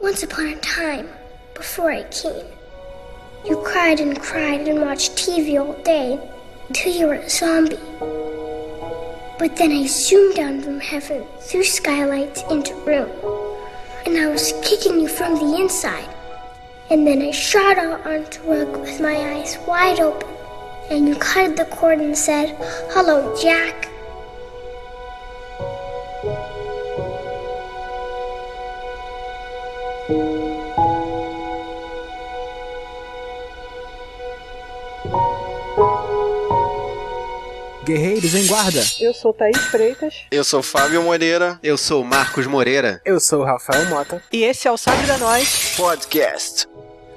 Once upon a time, before I came, you cried and watched TV all day until you were a zombie. But then I zoomed down from heaven through skylights into room, and I was kicking you from the inside. And then I shot out onto rug with my eyes wide open, and you cut the cord and said, "Hello, Jack." Guerreiros em Guarda. Eu sou Thaís Freitas. Eu sou Fábio Moreira. Eu sou Marcos Moreira. Eu sou Rafael Mota. E esse é o Sabe da Nós Podcast.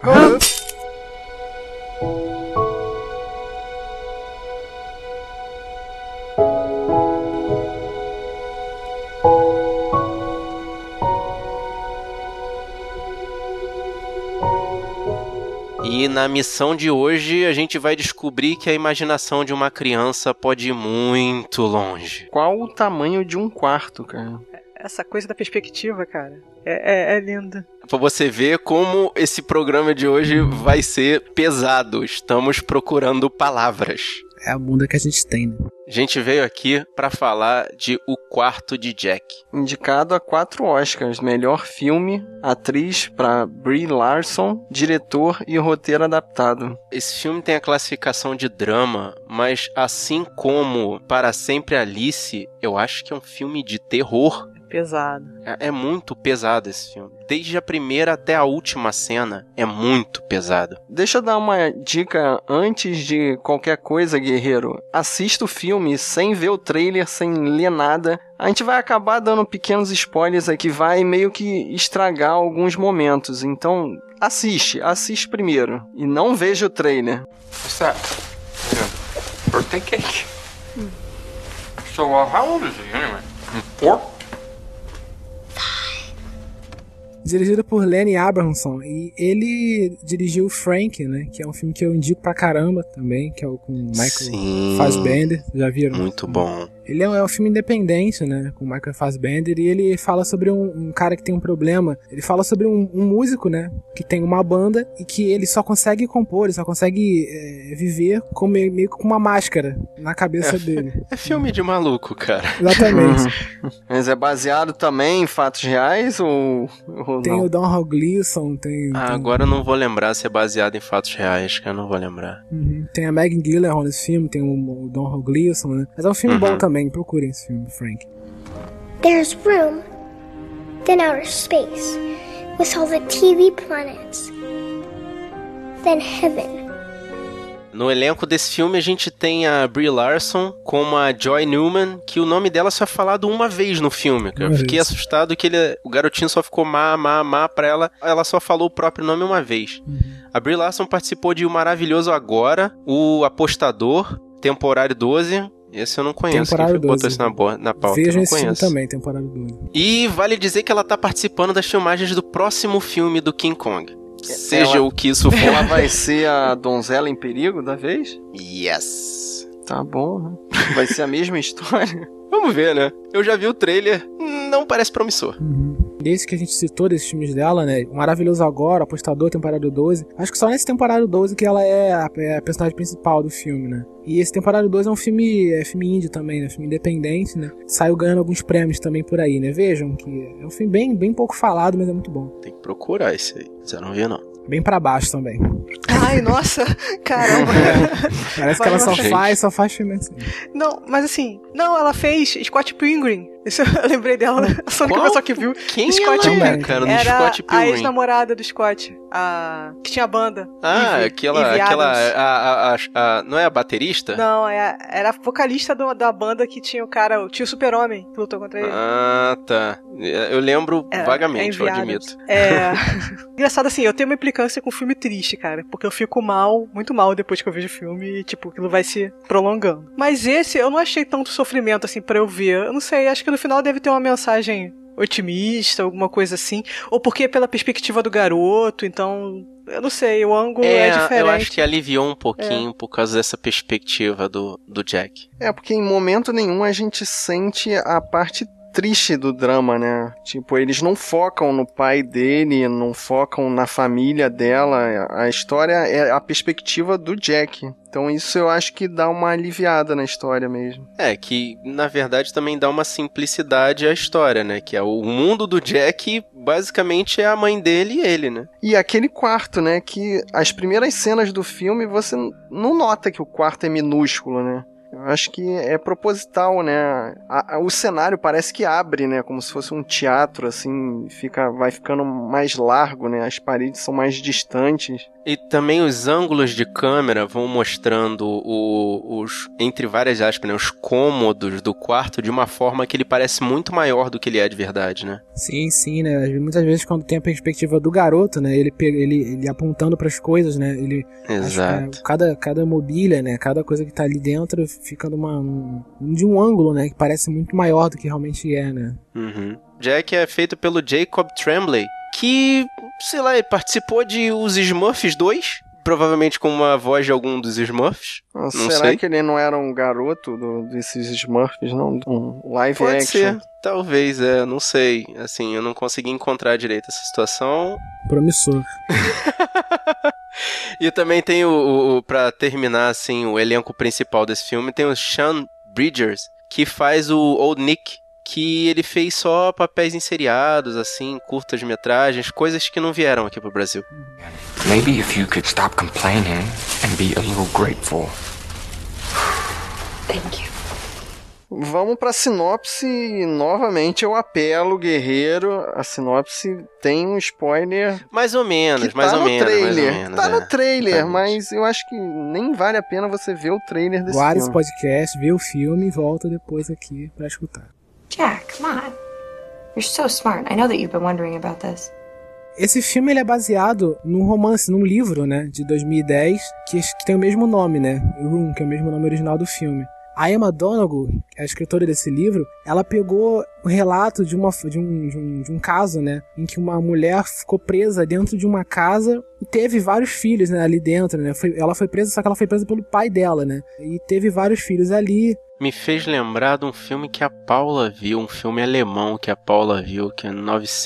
E na missão de hoje a gente vai descobrir que a imaginação de uma criança pode ir muito longe. Qual o tamanho de um quarto, cara? Essa coisa da perspectiva, cara, é linda. Pra você ver como esse programa de hoje vai ser pesado. Estamos procurando palavras. É a bunda que a gente tem, né? A gente veio aqui pra falar de O Quarto de Jack. Indicado a 4 Oscars. Melhor filme, atriz pra Brie Larson, diretor e roteiro adaptado. Esse filme tem a classificação de drama, mas assim como Para Sempre Alice, eu acho que é um filme de terror. Pesado. É muito pesado esse filme. Desde a primeira até a última cena, é muito pesado. Deixa eu dar uma dica antes de qualquer coisa, guerreiro. Assista o filme sem ver o trailer, sem ler nada. A gente vai acabar dando pequenos spoilers aqui, vai meio que estragar alguns momentos. Então, assiste primeiro. E não veja o trailer. What's that? Birthday cake? So, how old is he anyway? 4? Dirigido por Lenny Abrahamson. E ele dirigiu Frank, né? Que é um filme que eu indico pra caramba também. Que é o com Michael Fassbender. Já viram? Muito bom. Ele é um filme independente, né? Com Michael Fassbender. E ele fala sobre um cara que tem um problema. Ele fala sobre um músico, né? Que tem uma banda e que ele só consegue compor, ele só consegue viver com meio com uma máscara na cabeça dele. É filme de maluco, cara. Exatamente. Mas é baseado também em fatos reais ou tem não? o Don Gleason, tem... Agora eu não vou lembrar se é baseado em fatos reais, que eu não vou lembrar. Tem a Megan Gyllenhaal nesse filme, tem o Don Gleason, né? Mas é um filme bom também, procurem esse filme, Frank. There's room, then outer space, with all the TV planets, then heaven. No elenco desse filme a gente tem a Brie Larson como a Joy Newman, que o nome dela só é falado uma vez no filme. Eu fiquei assustado que o garotinho só ficou má pra ela só falou o próprio nome uma vez. A Brie Larson participou de O Maravilhoso Agora, O Apostador, Temporário 12... Esse eu não conheço. Temporada Quem botou isso na pauta? Veja eu não esse conheço. filme também, temporada 12. E vale dizer que ela tá participando das filmagens do próximo filme do King Kong. Seja o que isso for. Ela vai ser a donzela em perigo da vez? Yes. Tá bom, né? Vai ser a mesma história? Vamos ver, né? Eu já vi o trailer, não parece promissor. Desse que a gente citou, desses filmes dela, né? O Maravilhoso Agora, Apostador, temporada 12. Acho que só nessa temporada 12 que ela é a personagem principal do filme, né? E esse temporada 12 é um filme indie também, né? Filme independente, né? Saiu ganhando alguns prêmios também por aí, né? Vejam que é um filme bem pouco falado, mas é muito bom. Tem que procurar esse aí, você não viu não. Bem pra baixo também. Ai, nossa, caramba. Parece que ela só faz filme assim. Não, mas assim, ela fez Scott Pilgrim. Isso eu lembrei dela, a única pessoa que viu. Quem Scott é, cara, no era Scott Pilgrim? A ex-namorada do Scott, que tinha a banda. Eve não é a baterista? Não, era a vocalista da banda que tinha o tio Super-Homem, que lutou contra ele. Ah, tá. Eu lembro vagamente, eu admito. Engraçado assim, eu tenho uma implicância com filme triste, cara, porque eu fico muito mal depois que eu vejo o filme e, tipo, aquilo vai se prolongando. Mas esse, eu não achei tanto sofrimento, assim, pra eu ver. Eu não sei, acho que no final deve ter uma mensagem otimista, alguma coisa assim. Ou porque é pela perspectiva do garoto, então... Eu não sei, o ângulo é diferente. Eu acho que aliviou um pouquinho por causa dessa perspectiva do Jack. Porque em momento nenhum a gente sente a parte triste do drama, né? Tipo, eles não focam no pai dele, não focam na família dela. A história é a perspectiva do Jack. Então isso eu acho que dá uma aliviada na história mesmo. Que na verdade também dá uma simplicidade à história, né? Que é o mundo do Jack, basicamente é a mãe dele e ele, né? E aquele quarto, né? Que as primeiras cenas do filme você não nota que o quarto é minúsculo, né? Eu acho que é proposital, né? O cenário parece que abre, né? Como se fosse um teatro, assim, vai ficando mais largo, né? As paredes são mais distantes. E também os ângulos de câmera vão mostrando os entre várias aspas, né? Os cômodos do quarto de uma forma que ele parece muito maior do que ele é de verdade, né? Sim, né? Muitas vezes quando tem a perspectiva do garoto, né? Ele apontando pras coisas, né? Exato. Cada mobília, né? Cada coisa que tá ali dentro fica de um ângulo, né? Que parece muito maior do que realmente é, né? Uhum. Jack é feito pelo Jacob Tremblay, que, sei lá, ele participou de Os Smurfs 2, provavelmente com uma voz de algum dos Smurfs. Não Será sei. que ele não era um garoto desses Smurfs, não? Um live Pode action? ser, talvez, não sei. Assim, eu não consegui encontrar direito essa situação. Promissor. E também tem pra terminar, assim, o elenco principal desse filme, tem o Sean Bridgers, que faz o Old Nick, que ele fez só papéis em seriados, assim, curtas-metragens, coisas que não vieram aqui pro Brasil. Maybe if you could stop complaining and be a little grateful. Thank you. Vamos pra sinopse. Novamente eu apelo, guerreiro. A sinopse tem um spoiler. Mais ou menos, que tá no trailer. Tá no trailer, Exatamente. mas eu acho que nem vale a pena você ver o trailer desse Guarda esse filme. podcast, vê o filme e volta depois aqui pra escutar. Jack, come on. You're so smart. I know that you've been wondering about this. Esse filme ele é baseado num romance, num livro, né, de 2010, que tem o mesmo nome, né, Room, que é o mesmo nome original do filme. A Emma Donegal, a escritora desse livro, ela pegou o relato de um caso, né, em que uma mulher ficou presa dentro de uma casa e teve vários filhos, né, ali dentro, né. Ela foi presa, só que ela foi presa pelo pai dela, né, e teve vários filhos ali. Me fez lembrar de um filme que a Paula viu, um filme alemão que a Paula viu, que é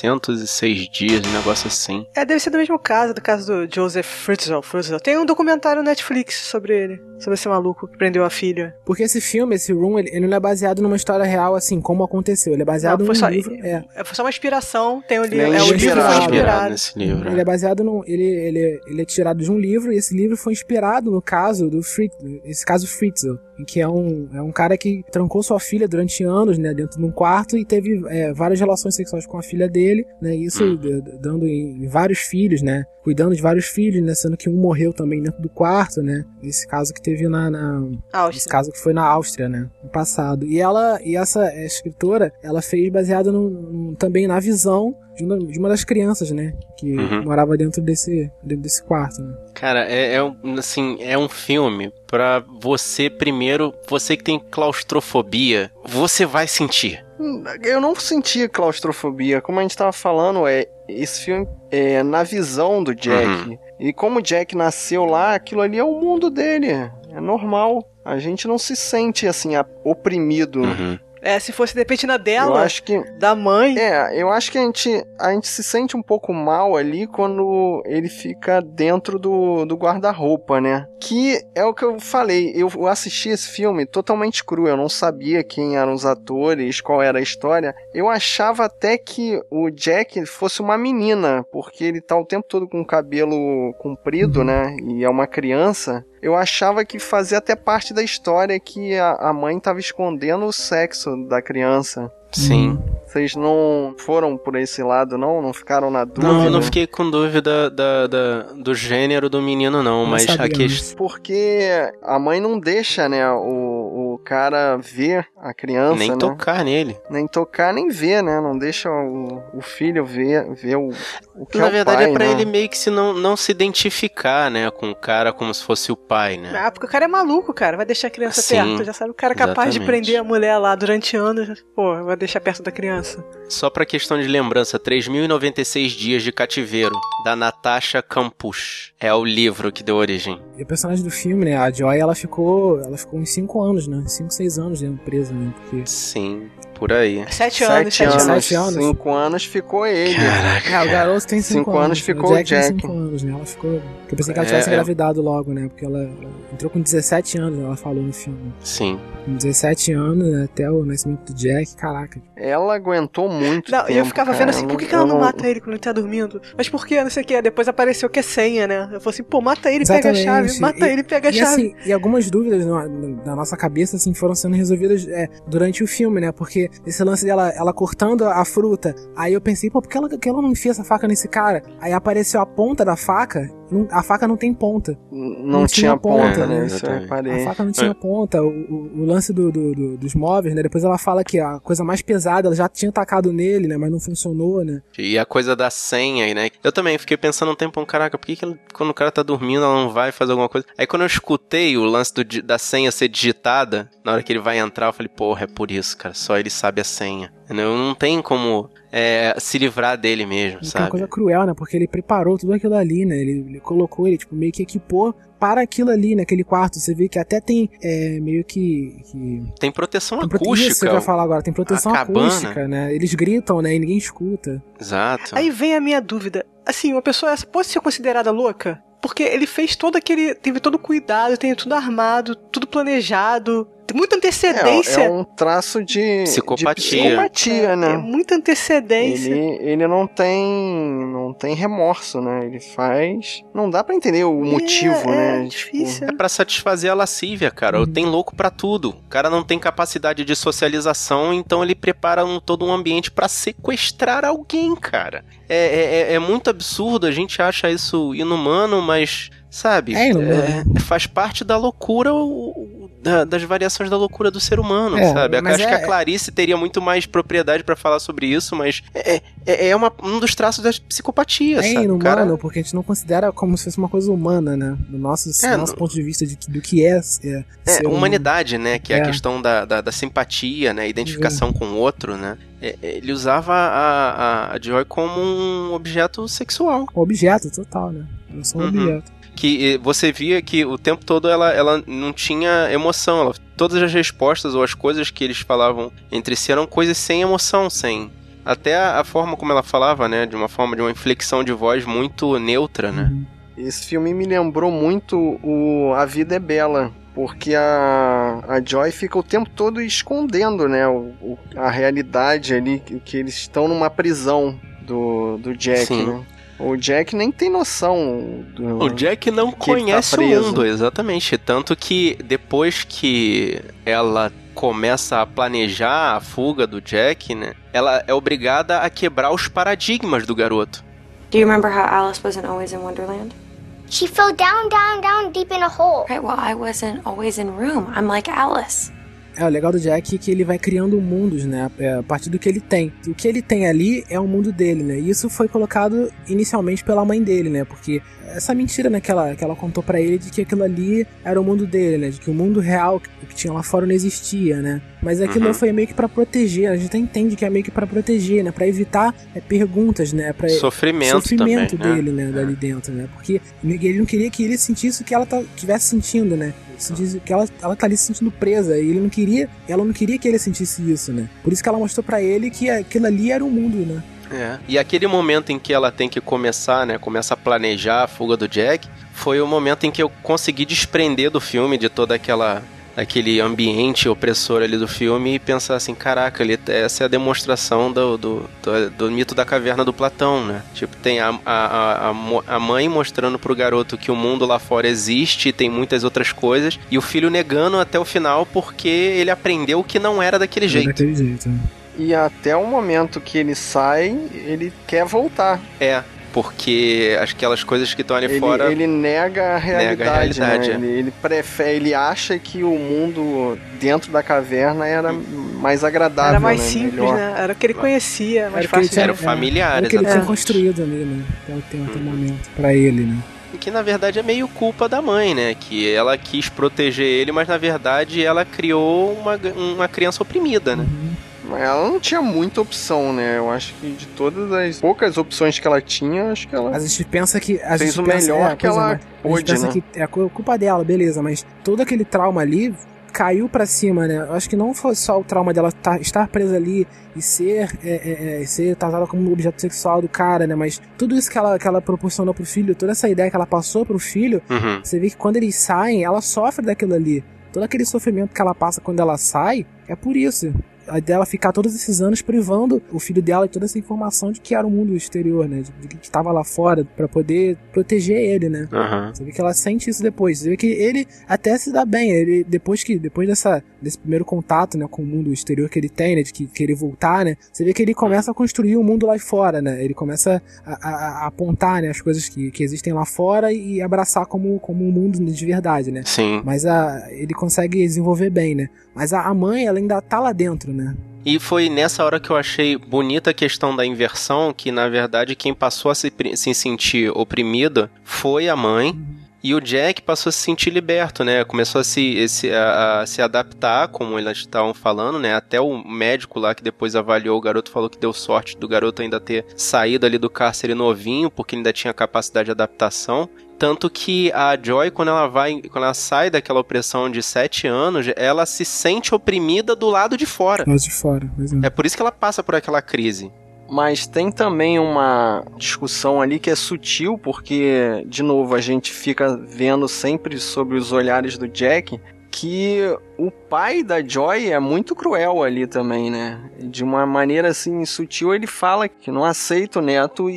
906 dias, um negócio assim. Deve ser do mesmo caso, do caso do Joseph Fritzl. Tem um documentário na Netflix sobre ele, sobre esse maluco que prendeu a filha. Porque esse filme, esse Room, ele não é baseado numa história real, assim, como aconteceu. Ele é baseado num livro. Foi só uma inspiração, tem o livro. Ele é O livro foi inspirado inspirado nesse livro. Ele é baseado num... Ele é tirado de um livro, e esse livro foi inspirado no caso do esse caso Fritzl, em que é um cara que trancou sua filha durante anos, né, dentro de um quarto e teve várias relações sexuais com a filha dele, né, isso dando em vários filhos, né, cuidando de vários filhos, né, sendo que um morreu também dentro do quarto, né, esse caso que teve esse caso que foi na Áustria, né, no passado. E essa escritora, ela fez baseada também na visão de uma das crianças, né, que morava dentro desse quarto, né. Cara, é um filme pra você primeiro, você que tem claustrofobia, você vai sentir. Eu não senti claustrofobia. Como a gente tava falando, esse filme é na visão do Jack. E como o Jack nasceu lá, aquilo ali é o mundo dele. É normal. A gente não se sente, assim, oprimido. Se fosse de repente na dela, eu acho que, da mãe. Eu acho que a gente se sente um pouco mal ali quando ele fica dentro do guarda-roupa, né? Que é o que eu falei, eu assisti esse filme totalmente cru, eu não sabia quem eram os atores, qual era a história. Eu achava até que o Jack fosse uma menina, porque ele tá o tempo todo com o cabelo comprido, né? E é uma criança. Eu achava que fazia até parte da história que a mãe estava escondendo o sexo da criança. Sim. Vocês não foram por esse lado, não? Não ficaram na dúvida? Não, eu não fiquei com dúvida do gênero do menino, não. Mas a questão... Porque a mãe não deixa, né, o cara ver a criança, nem né? tocar nele. Nem tocar, nem ver, né? Não deixa o filho ver o que na é o verdade, pai, é pra né? ele meio que não se identificar, né, com o cara como se fosse o pai, né? Porque o cara é maluco, cara. Vai deixar a criança Sim, perto. Já sabe, o cara é capaz de exatamente. prender a mulher lá durante anos. Pô, vai deixar perto da criança. Só pra questão de lembrança, 3.096 Dias de Cativeiro, da Natasha Kampusch. É o livro que deu origem. E o personagem do filme, né, a Joy, ela ficou uns 5 anos, né, 5, 6 anos dentro presa, né, porque... Sim, por aí. 7 anos. 5 anos ficou ele. Caraca. O garoto tem 5 anos. 5 anos ficou o Jack. 5 anos, né, ela ficou... Eu pensei que ela tivesse engravidado logo, né, porque ela entrou com 17 anos, ela falou no filme. Sim. Com 17 anos, né, até o nascimento do Jack, caraca. Ela aguentou muito tempo, eu ficava vendo assim, cara. por que ela não mata ele quando ele tá dormindo? Mas por que? Não sei o que. Depois apareceu que é senha, né? Eu falei assim, pô, mata ele e pega a chave. Mata ele e pega a chave. Assim, e algumas dúvidas da nossa cabeça, assim, foram sendo resolvidas durante o filme, né? Porque esse lance dela, ela cortando a fruta, aí eu pensei, pô, por que ela não enfia essa faca nesse cara? Aí apareceu a ponta da faca, a faca não tem ponta. Não tinha ponta, né? Isso eu reparei. A faca não tinha ponta. O lance dos móveis, né? Depois ela fala que a coisa mais pesada, ela já tinha tacado nele, né? Mas não funcionou, né? E a coisa da senha, né? Eu também fiquei pensando um tempão, caraca, por que quando o cara tá dormindo ela não vai fazer alguma coisa? Aí quando eu escutei o lance da senha ser digitada, na hora que ele vai entrar, eu falei, porra, é por isso, cara, só ele sabe a senha. Não tem como se livrar dele mesmo, sabe? É uma coisa cruel, né? Porque ele preparou tudo aquilo ali, né? Ele colocou, ele tipo, meio que equipou para aquilo ali, naquele quarto. Você vê que até tem meio que... Tem proteção acústica. Isso que eu ia falar agora. Tem proteção acústica, né? Eles gritam, né? E ninguém escuta. Exato. Aí vem a minha dúvida. Assim, uma pessoa essa pode ser considerada louca? Porque ele fez teve todo o cuidado, tem tudo armado, tudo planejado, tem muita antecedência. É um traço de psicopatia, né? É muita antecedência. Ele não tem remorso, né? Ele faz... Não dá pra entender o motivo, né? É difícil. É pra satisfazer a lascívia, cara. Tem louco pra tudo. O cara não tem capacidade de socialização, então ele prepara todo um ambiente pra sequestrar alguém, cara. É muito absurdo, a gente acha isso inumano, mas... Sabe? Faz parte da loucura, das variações da loucura do ser humano, sabe? Acho que a Clarice teria muito mais propriedade pra falar sobre isso, mas um dos traços da psicopatia, sabe? É inumano, porque a gente não considera como se fosse uma coisa humana, né? Do nosso ponto de vista do que é ser humanidade, né? Que é a questão da simpatia, né? Identificação com o outro, né? Ele usava a Joy como um objeto sexual. Objeto, total, né? Não só um objeto. Que você via que o tempo todo ela não tinha emoção. Todas as respostas ou as coisas que eles falavam entre si eram coisas sem emoção, até a forma como ela falava, né? De uma inflexão de voz muito neutra, né? Esse filme me lembrou muito A Vida é Bela. Porque a Joy fica o tempo todo escondendo, né? A realidade ali, que eles estão numa prisão do Jack, né? O Jack nem tem noção O Jack não conhece o mundo, exatamente. Tanto que depois que ela começa a planejar a fuga do Jack, né? Ela é obrigada a quebrar os paradigmas do garoto. Do you remember how Alice wasn't always in Wonderland? She fell down, down, down, deep in a hole. Right, well, I wasn't always in room. I'm like Alice. O legal do Jack é que ele vai criando mundos, né? A partir do que ele tem. O que ele tem ali é o mundo dele, né? E isso foi colocado inicialmente pela mãe dele, né? Porque essa mentira, né, que ela contou pra ele de que aquilo ali era o mundo dele, né? De que o mundo real que tinha lá fora não existia, né? Mas aquilo foi meio que pra proteger. A gente entende que é meio que pra proteger, né? Pra evitar perguntas, né? Sofrimento também, dele, né? Dali dentro, né? Porque ele não queria que ele sentisse o que ela estivesse sentindo, né? Que ela tá ali se sentindo presa e ela não queria que ele sentisse isso, né? Por isso que ela mostrou pra ele que aquilo ali era o mundo, né? E aquele momento em que ela tem que começa a planejar a fuga do Jack, foi o momento em que eu consegui desprender do filme, de toda aquele ambiente opressor ali do filme, e pensar assim, caraca, essa é a demonstração do mito da caverna do Platão, né? Tipo, tem a mãe mostrando pro garoto que o mundo lá fora existe e tem muitas outras coisas, e o filho negando até o final porque ele aprendeu que não era daquele jeito. Daquele jeito, né? E até o momento que ele sai, ele quer voltar. Porque aquelas coisas que estão ali fora... Ele nega a realidade, né? Ele acha que o mundo dentro da caverna era mais agradável, era mais né? simples, melhor. né? Era o que ele conhecia, mais fácil. Era o familiar, era o que ele tinha construído ali, né? Até o momento, pra ele, né? Que na verdade é meio culpa da mãe, né? Que ela quis proteger ele, mas na verdade ela criou uma criança oprimida, né? Ela não tinha muita opção, né? Eu acho que de todas as poucas opções que ela tinha, acho que ela a gente pensa que fez o melhor que ela pôde, né? A gente pensa que é culpa dela, beleza, mas todo aquele trauma ali caiu pra cima, né? Eu acho que não foi só o trauma dela estar presa ali e ser tratada como um objeto sexual do cara, né? Mas tudo isso que ela proporcionou pro filho, toda essa ideia que ela passou pro filho, você vê que quando eles saem, ela sofre daquilo ali. Todo aquele sofrimento que ela passa quando ela sai, é por isso. A dela ficar todos esses anos privando o filho dela de toda essa informação de que era o mundo exterior, né? De que estava lá fora pra poder proteger ele, né? Você vê que ela sente isso depois. Você vê que ele até se dá bem. Ele, depois desse primeiro contato, né, com o mundo exterior que ele tem, né? De querer voltar, né? Você vê que ele começa a construir o mundo lá fora, né? Ele começa a apontar, né, as coisas que existem lá fora e abraçar como um mundo de verdade, né? Sim. Mas ele consegue desenvolver bem, né? Mas a mãe, ela ainda tá lá dentro, né? E foi nessa hora que eu achei bonita a questão da inversão, que na verdade quem passou a se sentir oprimido foi a mãe, e o Jack passou a se sentir liberto, né? Começou a se adaptar, como eles estavam falando, né? Até o médico lá que depois avaliou o garoto falou que deu sorte do garoto ainda ter saído ali do cárcere novinho, porque ele ainda tinha capacidade de adaptação. Tanto que a Joy, quando ela sai daquela opressão de 7 anos, ela se sente oprimida do lado de fora. Do lado de fora, é por isso que ela passa por aquela crise. Mas tem também uma discussão ali que é sutil, porque, de novo, a gente fica vendo sempre sobre os olhares do Jack, que o pai da Joy é muito cruel ali também, né? De uma maneira assim sutil, ele fala que não aceita o neto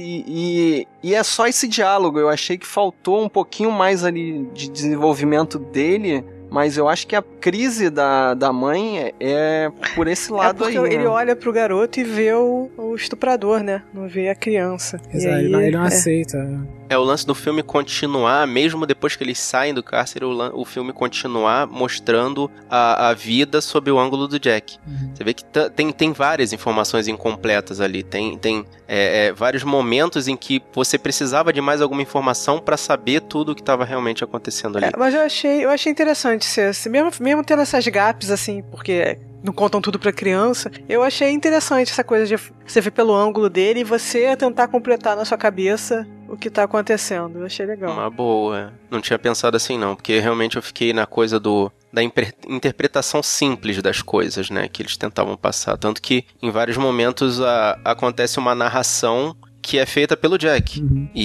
e é só esse diálogo. Eu achei que faltou um pouquinho mais ali de desenvolvimento dele, mas eu acho que a crise da mãe é por esse lado aí. Porque ele né? olha pro garoto e vê o estuprador, né? Não vê a criança. Exato, ele não aceita. É o lance do filme continuar, mesmo depois que eles saem do cárcere, o filme continuar mostrando a vida sob o ângulo do Jack. Você vê que tem várias informações incompletas ali, tem vários momentos em que você precisava de mais alguma informação pra saber tudo o que estava realmente acontecendo ali. Mas eu achei interessante mesmo tendo essas gaps, assim, porque não contam tudo pra criança, eu achei interessante essa coisa de você ver pelo ângulo dele e você tentar completar na sua cabeça o que tá acontecendo. Eu achei legal. Uma boa. Não tinha pensado assim não, porque realmente eu fiquei na coisa da interpretação simples das coisas, né, que eles tentavam passar. Tanto que em vários momentos acontece uma narração que é feita pelo Jack.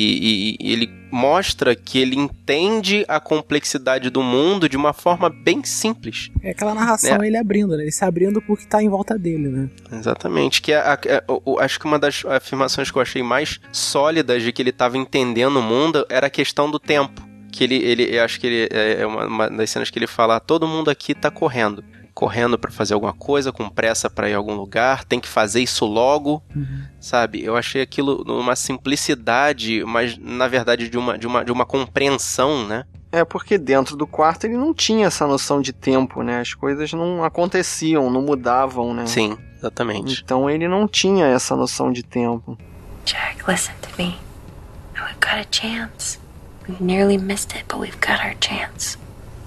E ele mostra que ele entende a complexidade do mundo de uma forma bem simples. É aquela narração, né? Ele abrindo, né? Ele se abrindo porque tá em volta dele, né? Exatamente. Que acho que uma das afirmações que eu achei mais sólidas de que ele estava entendendo o mundo era a questão do tempo. Que ele acho que ele é uma das cenas que ele fala: todo mundo aqui tá correndo pra fazer alguma coisa, com pressa pra ir a algum lugar, tem que fazer isso logo, sabe? Eu achei aquilo uma simplicidade, mas na verdade de uma compreensão, né? É porque dentro do quarto ele não tinha essa noção de tempo, né? As coisas não aconteciam, não mudavam, né? Sim, exatamente. Então ele não tinha essa noção de tempo. Jack, listen to me. We've got a chance. We've nearly missed it, but we've got our chance.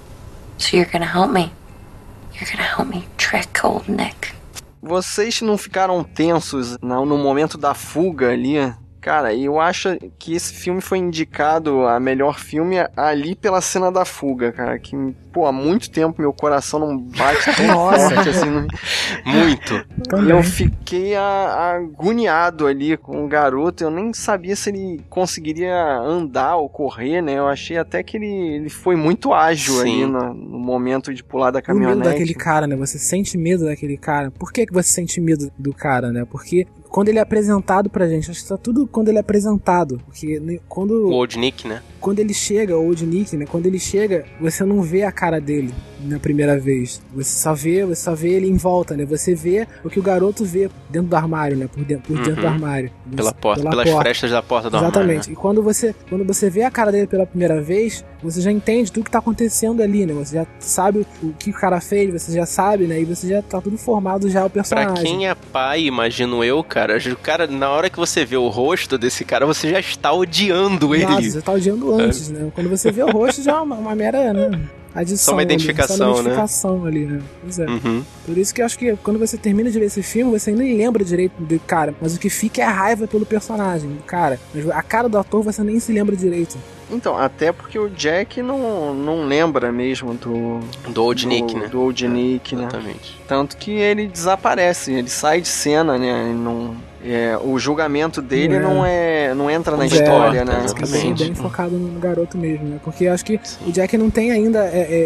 So you're gonna help me. You're gonna help me trick old Nick. Vocês não ficaram tensos no momento da fuga ali? Cara, eu acho que esse filme foi indicado a melhor filme ali pela cena da fuga, cara. Que, há muito tempo meu coração não bate tão forte assim. Muito. E eu fiquei agoniado ali com o garoto. Eu nem sabia se ele conseguiria andar ou correr, né? Eu achei até que ele foi muito ágil ali no momento de pular da caminhonete. O medo daquele cara, né? Você sente medo daquele cara. Por que você sente medo do cara, né? Porque quando ele é apresentado pra gente, acho que tá tudo quando ele é apresentado. Porque quando... O Old Nick, né? Quando ele chega, o Old Nick, né? Quando ele chega, você não vê a cara dele na primeira vez. Você só vê ele em volta, né? Você vê o que o garoto vê dentro do armário, né? Por dentro do armário. Pelas frestas da porta do armário. Exatamente. Né? E quando você vê a cara dele pela primeira vez, você já entende tudo que tá acontecendo ali, né? Você já sabe o que o cara fez, você já sabe, né? E você já tá tudo formado já o personagem. Pra quem é pai, imagino eu, cara, na hora que você vê o rosto desse cara, você já está odiando ele. Nossa, você tá odiando antes, né? Quando você vê o rosto, já é uma mera, né? adição. Só uma identificação, ali, só uma identificação ali, né? Pois é. Por isso que eu acho que quando você termina de ver esse filme, você nem lembra direito do cara, mas o que fica é a raiva pelo personagem, do cara. Mas a cara do ator você nem se lembra direito. Então, até porque o Jack não lembra mesmo do Old Nick, né? Do Old Nick, né? Exatamente. Tanto que ele desaparece, ele sai de cena, né? O julgamento dele não entra na história, né? Exatamente. Bem focado no garoto mesmo, né? Porque eu acho que o Jack não tem ainda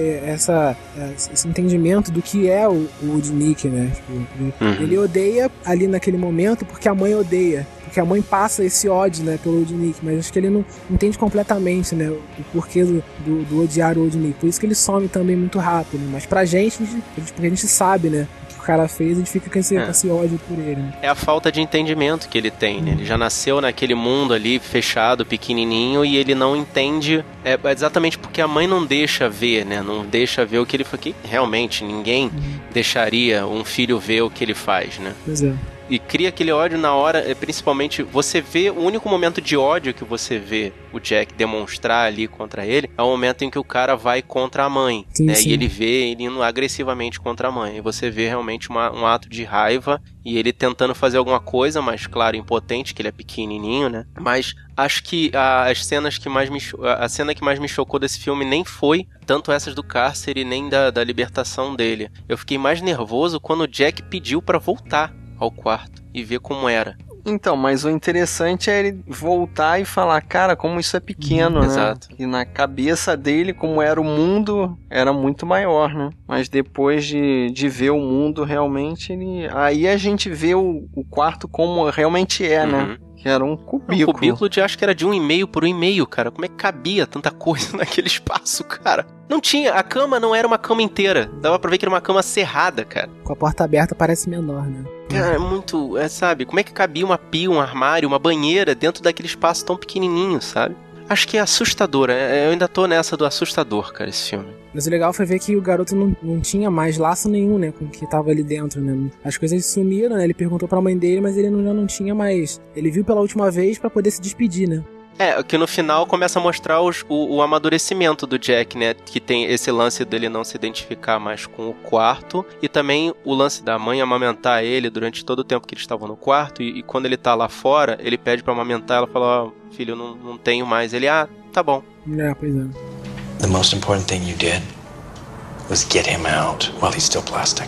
esse entendimento do que é o Old Nick, né? Tipo, ele odeia ali naquele momento porque a mãe odeia. Porque a mãe passa esse ódio, né, pelo Old Nick, mas acho que ele não entende completamente, né, o porquê do odiar o Old Nick. Por isso que ele some também muito rápido, né? Mas pra gente, porque a gente sabe, né, o que o cara fez, a gente fica com esse ódio por ele, né? É a falta de entendimento que ele tem, né? Ele já nasceu naquele mundo ali, fechado, pequenininho, e ele não entende, exatamente porque a mãe não deixa ver, né, não deixa ver o que ele faz, que realmente ninguém deixaria um filho ver o que ele faz, né? Pois é. E cria aquele ódio na hora, principalmente, você vê, o único momento de ódio que você vê o Jack demonstrar ali contra ele, é o momento em que o cara vai contra a mãe, sim, né? Sim. E ele vê ele indo agressivamente contra a mãe, e você vê realmente um ato de raiva, e ele tentando fazer alguma coisa, mas claro, impotente, que ele é pequenininho, né? Mas acho que a cena que mais me chocou desse filme nem foi tanto essas do cárcere, nem da libertação dele. Eu fiquei mais nervoso quando o Jack pediu pra voltar ao quarto e ver como era. Então, mas o interessante é ele voltar e falar, cara, como isso é pequeno, né? Exato. E na cabeça dele, como era o mundo, era muito maior, né? Mas depois de ver o mundo realmente, aí a gente vê o quarto como realmente é, né? Que era um cubículo. Um cubículo acho que era de 1,5 por 1,5, cara. Como é que cabia tanta coisa naquele espaço, cara? Não tinha, a cama não era uma cama inteira. Dava pra ver que era uma cama cerrada, cara. Com a porta aberta parece menor, né? Cara, é muito, sabe? Como é que cabia uma pia, um armário, uma banheira dentro daquele espaço tão pequenininho, sabe? Acho que é assustador, eu ainda tô nessa do assustador, cara, esse filme. Mas o legal foi ver que o garoto não tinha mais laço nenhum, né, com o que tava ali dentro, né. As coisas sumiram, né, ele perguntou pra mãe dele, mas ele já não tinha mais. Ele viu pela última vez pra poder se despedir, né. Que no final começa a mostrar o amadurecimento do Jack, né? Que tem esse lance dele não se identificar mais com o quarto. E também o lance da mãe amamentar ele durante todo o tempo que eles estavam no quarto. E quando ele tá lá fora, ele pede pra amamentar. Ela fala, filho, eu não tenho mais. Ele, tá bom. Pois é. The most important thing you did was get him out while he's still plastic.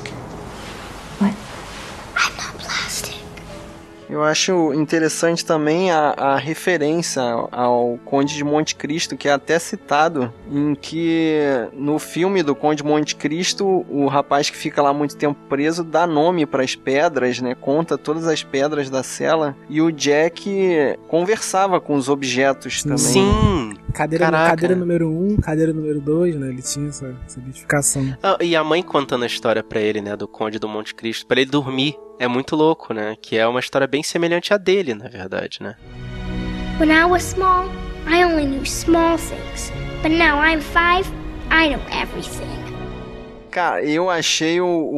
What? I'm not plastic. Eu acho interessante também a referência ao Conde de Monte Cristo, que é até citado, em que no filme do Conde de Monte Cristo, o rapaz que fica lá muito tempo preso dá nome para as pedras, né? Conta todas as pedras da cela, e o Jack conversava com os objetos também. Sim! Cadeira número 1, cadeira número 2, né? Ele tinha essa identificação. E a mãe contando a história pra ele, né? Do Conde do Monte Cristo, pra ele dormir. É muito louco, né? Que é uma história bem semelhante à dele, na verdade, né? When I was small, I only knew small things. But now I'm 5, I know everything. Cara, eu achei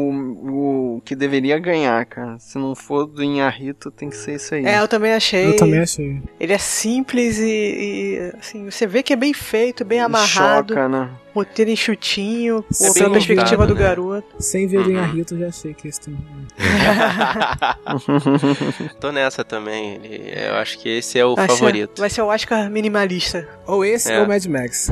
o que deveria ganhar, cara. Se não for do Inharito, tem que ser isso aí. Eu também achei. Eu também achei. Ele é simples e assim, você vê que é bem feito, bem amarrado. Choca, né? Roteiro enxutinho, bem a perspectiva ousado, do né? garoto. Sem ver o Inharito, eu já achei que esse tem. Tô nessa também. Eu acho que esse é o favorito. Vai ser o Oscar minimalista. Ou esse ou o Mad Max.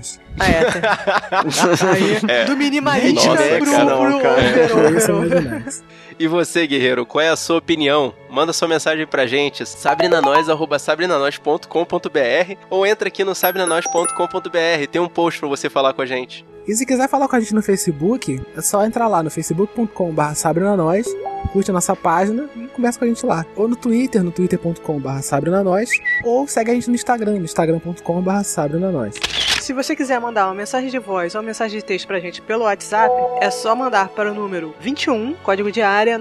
Do minimalista Nossa, pro Mad Max. E você, guerreiro, qual é a sua opinião? Manda sua mensagem pra gente, sabrinanois@sabrinanois.com.br, ou entra aqui no sabrinanois.com.br, tem um post pra você falar com a gente. E se quiser falar com a gente no Facebook, é só entrar lá no facebook.com/sabrinanois, curte a nossa página e conversa com a gente lá. Ou no Twitter, no twitter.com/sabrinanois, ou segue a gente no Instagram.com/sabrinanois. Se você quiser mandar uma mensagem de voz ou uma mensagem de texto pra gente pelo WhatsApp, é só mandar para o número 21, código de área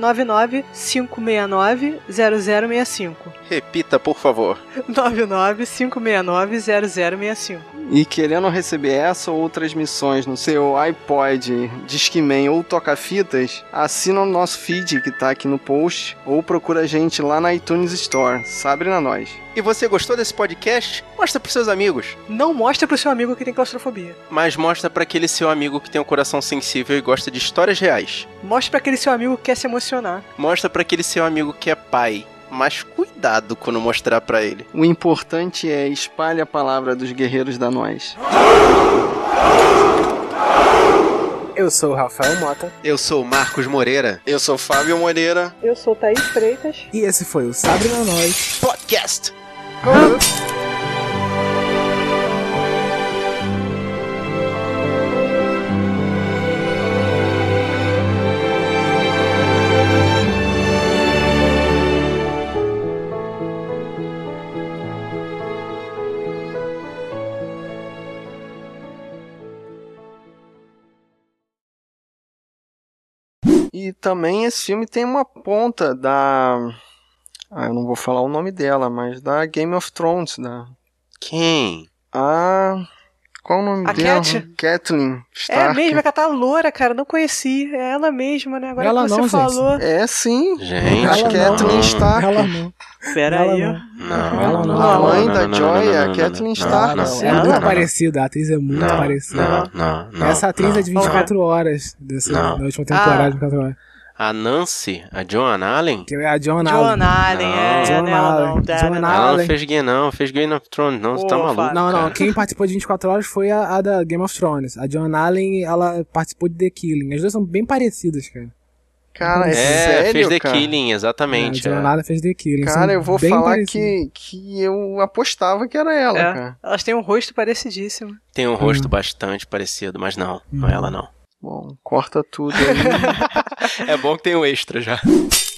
995690065. Repita, por favor. 995690065. E querendo receber essa ou outras missões no seu iPod, Discman ou Toca-Fitas, assina o nosso feed que tá aqui no post, ou procura a gente lá na iTunes Store. Sabrina Nós. E você gostou desse podcast? Mostra pros seus amigos. Não mostra pro seu amigo amigo que tem claustrofobia. Mas mostra pra aquele seu amigo que tem um coração sensível e gosta de histórias reais. Mostra pra aquele seu amigo que quer se emocionar. Mostra pra aquele seu amigo que é pai. Mas cuidado quando mostrar pra ele. O importante é espalhe a palavra dos guerreiros da Nós. Eu sou o Rafael Mota. Eu sou o Marcos Moreira. Eu sou Fábio Moreira. Eu sou Thaís Freitas. E esse foi o Sabre na Nós Podcast. E também esse filme tem uma ponta da... eu não vou falar o nome dela, mas da Game of Thrones. Quem? Qual o nome A dela? Cat? Catelyn Stark. É a mesma, que ela tá loura, cara. Não conheci. É ela mesma, né? Agora Ela que você não, falou. É sim. Gente, A Catelyn Stark. Ela não. Pera Ela aí. não. Não, não. A mãe da não, Joy é a não, Catelyn não, Stark. não, É muito não. parecida, a atriz é muito parecida. Não. Essa atriz é de 24 horas da última temporada de 24 horas. A Nancy, a Joan Allen? Que é a Joan Joan Allen. Allen, Não. Joan Allen. Joan Ela não Allen. fez Game of Thrones, não, você tá Pô, maluco. Fábio. Não, cara. quem participou de 24 horas foi a da Game of Thrones. A Joan Allen, ela participou de The Killing. As duas são bem parecidas, cara. Cara, sério, fez The cara? Killing, exatamente. A Joan Allen fez The Killing. Cara, são eu vou bem falar parecidas. que eu apostava que era ela, cara. Elas têm um rosto parecidíssimo. Tem um rosto bastante parecido, mas não é ela não. Bom, corta tudo aí. É bom que tem um extra já.